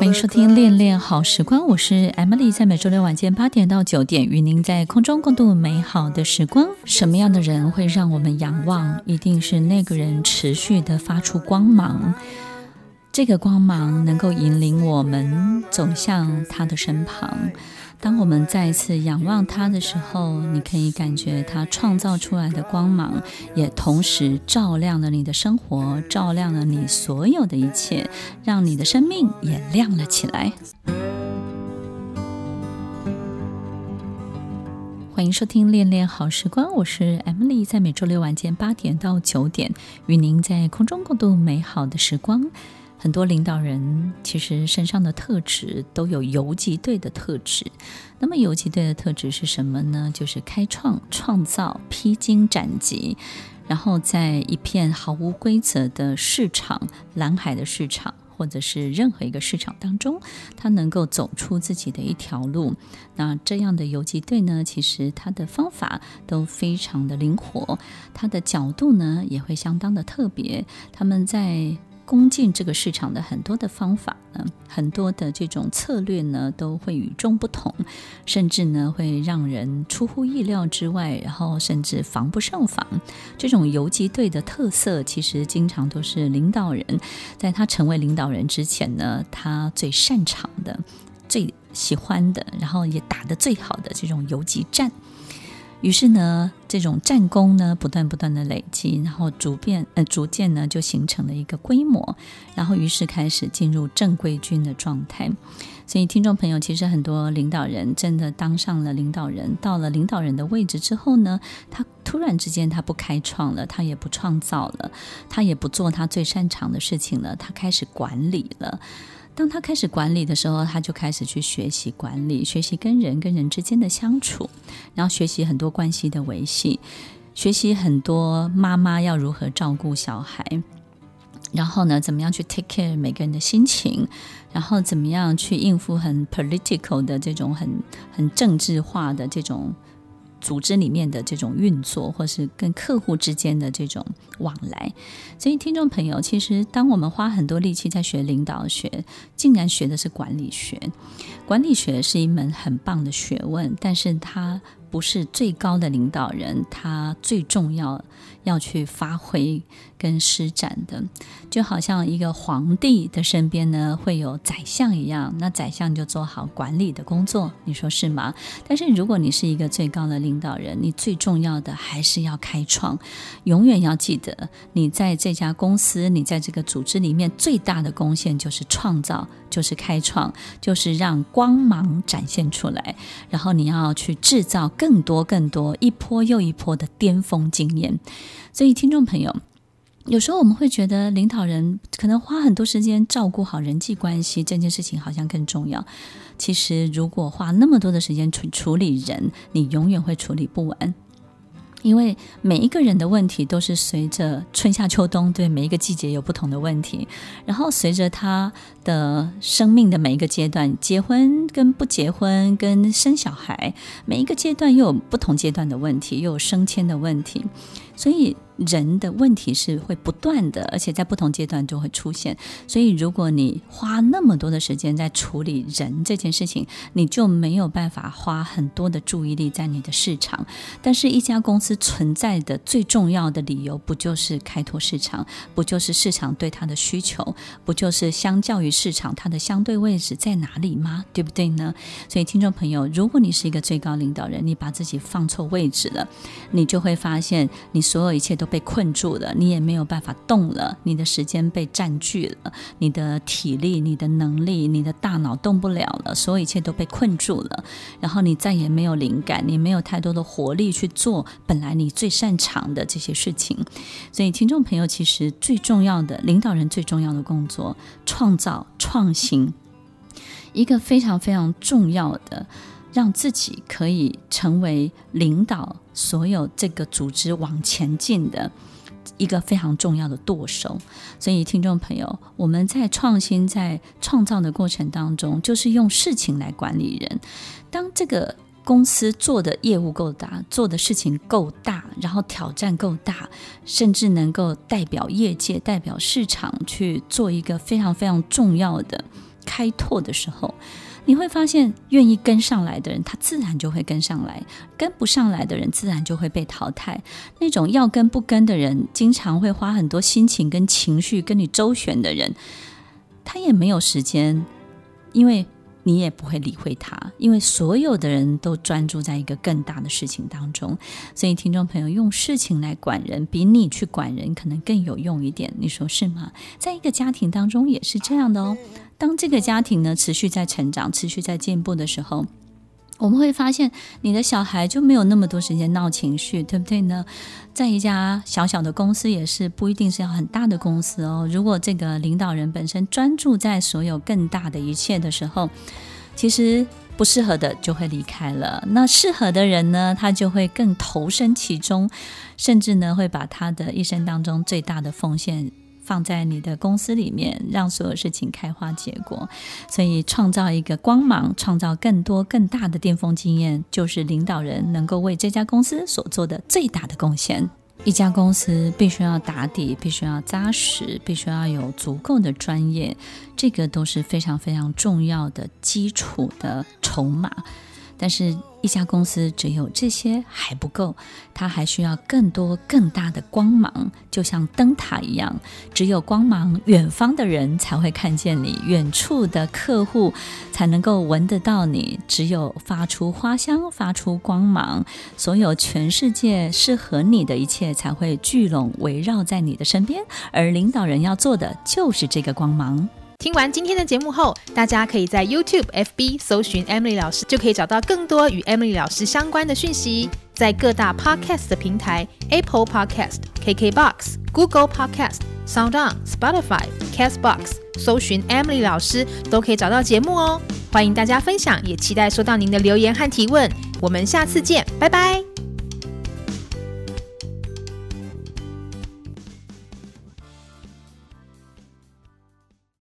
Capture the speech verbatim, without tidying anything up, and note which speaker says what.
Speaker 1: 迎收听恋恋好时光，我是 Emily， 在每周六晚间八点到九点与您在空中共度美好的时光。什么样的人会让我们仰望？一定是那个人持续的发出光芒，这个光芒能够引领我们走向他的身旁。当我们再一次仰望他的时候，你可以感觉他创造出来的光芒也同时照亮了你的生活，照亮了你所有的一切，让你的生命也亮了起来。欢迎收听恋恋好时光，我是 Emily， 在每周六晚间八点到九点与您在空中共度美好的时光。很多领导人其实身上的特质都有游击队的特质。那么游击队的特质是什么呢？就是开创、创造、披荆斩棘，然后在一片毫无规则的市场、蓝海的市场，或者是任何一个市场当中，他能够走出自己的一条路。那这样的游击队呢，其实他的方法都非常的灵活，他的角度呢也会相当的特别。他们在攻进这个市场的很多的方法呢，很多的这种策略呢，都会与众不同，甚至呢会让人出乎意料之外，然后甚至防不胜防。这种游击队的特色，其实经常都是领导人在他成为领导人之前呢，他最擅长的、最喜欢的，然后也打得最好的这种游击战。于是呢，这种战功呢不断不断的累积，然后逐渐呃逐渐呢就形成了一个规模，然后于是开始进入正规军的状态。所以听众朋友，其实很多领导人真的当上了领导人，到了领导人的位置之后呢，他突然之间他不开创了，他也不创造了，他也不做他最擅长的事情了，他开始管理了。当他开始管理的时候，他就开始去学习管理，学习跟人跟人之间的相处，然后学习很多关系的维系，学习很多妈妈要如何照顾小孩，然后呢怎么样去 take care 每个人的心情，然后怎么样去应付很 political 的这种很很政治化的这种组织里面的这种运作，或是跟客户之间的这种往来。所以听众朋友，其实当我们花很多力气在学领导学，竟然学的是管理学。管理学是一门很棒的学问，但是它不是最高的领导人他最重要要去发挥跟施展的。就好像一个皇帝的身边呢会有宰相一样，那宰相就做好管理的工作，你说是吗？但是如果你是一个最高的领导人，你最重要的还是要开创。永远要记得，你在这家公司，你在这个组织里面最大的贡献就是创造，就是开创，就是让光芒展现出来，然后你要去制造更多更多一波又一波的巅峰经验。所以听众朋友，有时候我们会觉得领导人可能花很多时间照顾好人际关系，这件事情好像更重要。其实如果花那么多的时间处处理人，你永远会处理不完。因为每一个人的问题都是随着春夏秋冬，对，每一个季节有不同的问题，然后随着他的生命的每一个阶段，结婚跟不结婚跟生小孩，每一个阶段又有不同阶段的问题，又有升迁的问题，所以人的问题是会不断的，而且在不同阶段就会出现。所以如果你花那么多的时间在处理人这件事情，你就没有办法花很多的注意力在你的市场。但是一家公司存在的最重要的理由，不就是开拓市场，不就是市场对它的需求，不就是相较于市场它的相对位置在哪里吗？对不对呢？所以听众朋友，如果你是一个最高领导人，你把自己放错位置了，你就会发现你所有一切都被困住了，你也没有办法动了，你的时间被占据了，你的体力、你的能力、你的大脑动不了了，所有一切都被困住了，然后你再也没有灵感，你没有太多的活力去做本来你最擅长的这些事情。所以听众朋友，其实最重要的领导人最重要的工作，创造创新，一个非常非常重要的让自己可以成为领导所有这个组织往前进的一个非常重要的舵手。所以听众朋友，我们在创新在创造的过程当中，就是用事情来管理人。当这个公司做的业务够大，做的事情够大，然后挑战够大，甚至能够代表业界代表市场去做一个非常非常重要的开拓的时候，你会发现愿意跟上来的人他自然就会跟上来，跟不上来的人自然就会被淘汰。那种要跟不跟的人，经常会花很多心情跟情绪跟你周旋的人，他也没有时间，因为你也不会理会他，因为所有的人都专注在一个更大的事情当中。所以听众朋友，用事情来管人比你去管人可能更有用一点，你说是吗？在一个家庭当中也是这样的哦。当这个家庭呢持续在成长，持续在进步的时候，我们会发现你的小孩就没有那么多时间闹情绪，对不对呢？在一家小小的公司也是，不一定是要很大的公司哦。如果这个领导人本身专注在所有更大的一切的时候，其实不适合的就会离开了，那适合的人呢，他就会更投身其中，甚至呢会把他的一生当中最大的奉献放在你的公司里面，让所有事情开花结果。所以创造一个光芒，创造更多更大的巅峰经验，就是领导人能够为这家公司所做的最大的贡献。一家公司必须要打底，必须要扎实，必须要有足够的专业，这个都是非常非常重要的基础的筹码。但是一家公司只有这些还不够，它还需要更多更大的光芒，就像灯塔一样，只有光芒，远方的人才会看见你，远处的客户才能够闻得到你。只有发出花香，发出光芒，所有全世界适合你的一切才会聚拢围绕在你的身边，而领导人要做的就是这个光芒。
Speaker 2: 听完今天的节目后，大家可以在 YouTube、F B 搜寻 Emily 老师，就可以找到更多与 Emily 老师相关的讯息。在各大 Podcast 的平台 Apple Podcast、K K B O X、Google Podcast、SoundOn、Spotify、Castbox 搜寻 Emily 老师都可以找到节目哦。欢迎大家分享，也期待收到您的留言和提问。我们下次见，拜拜。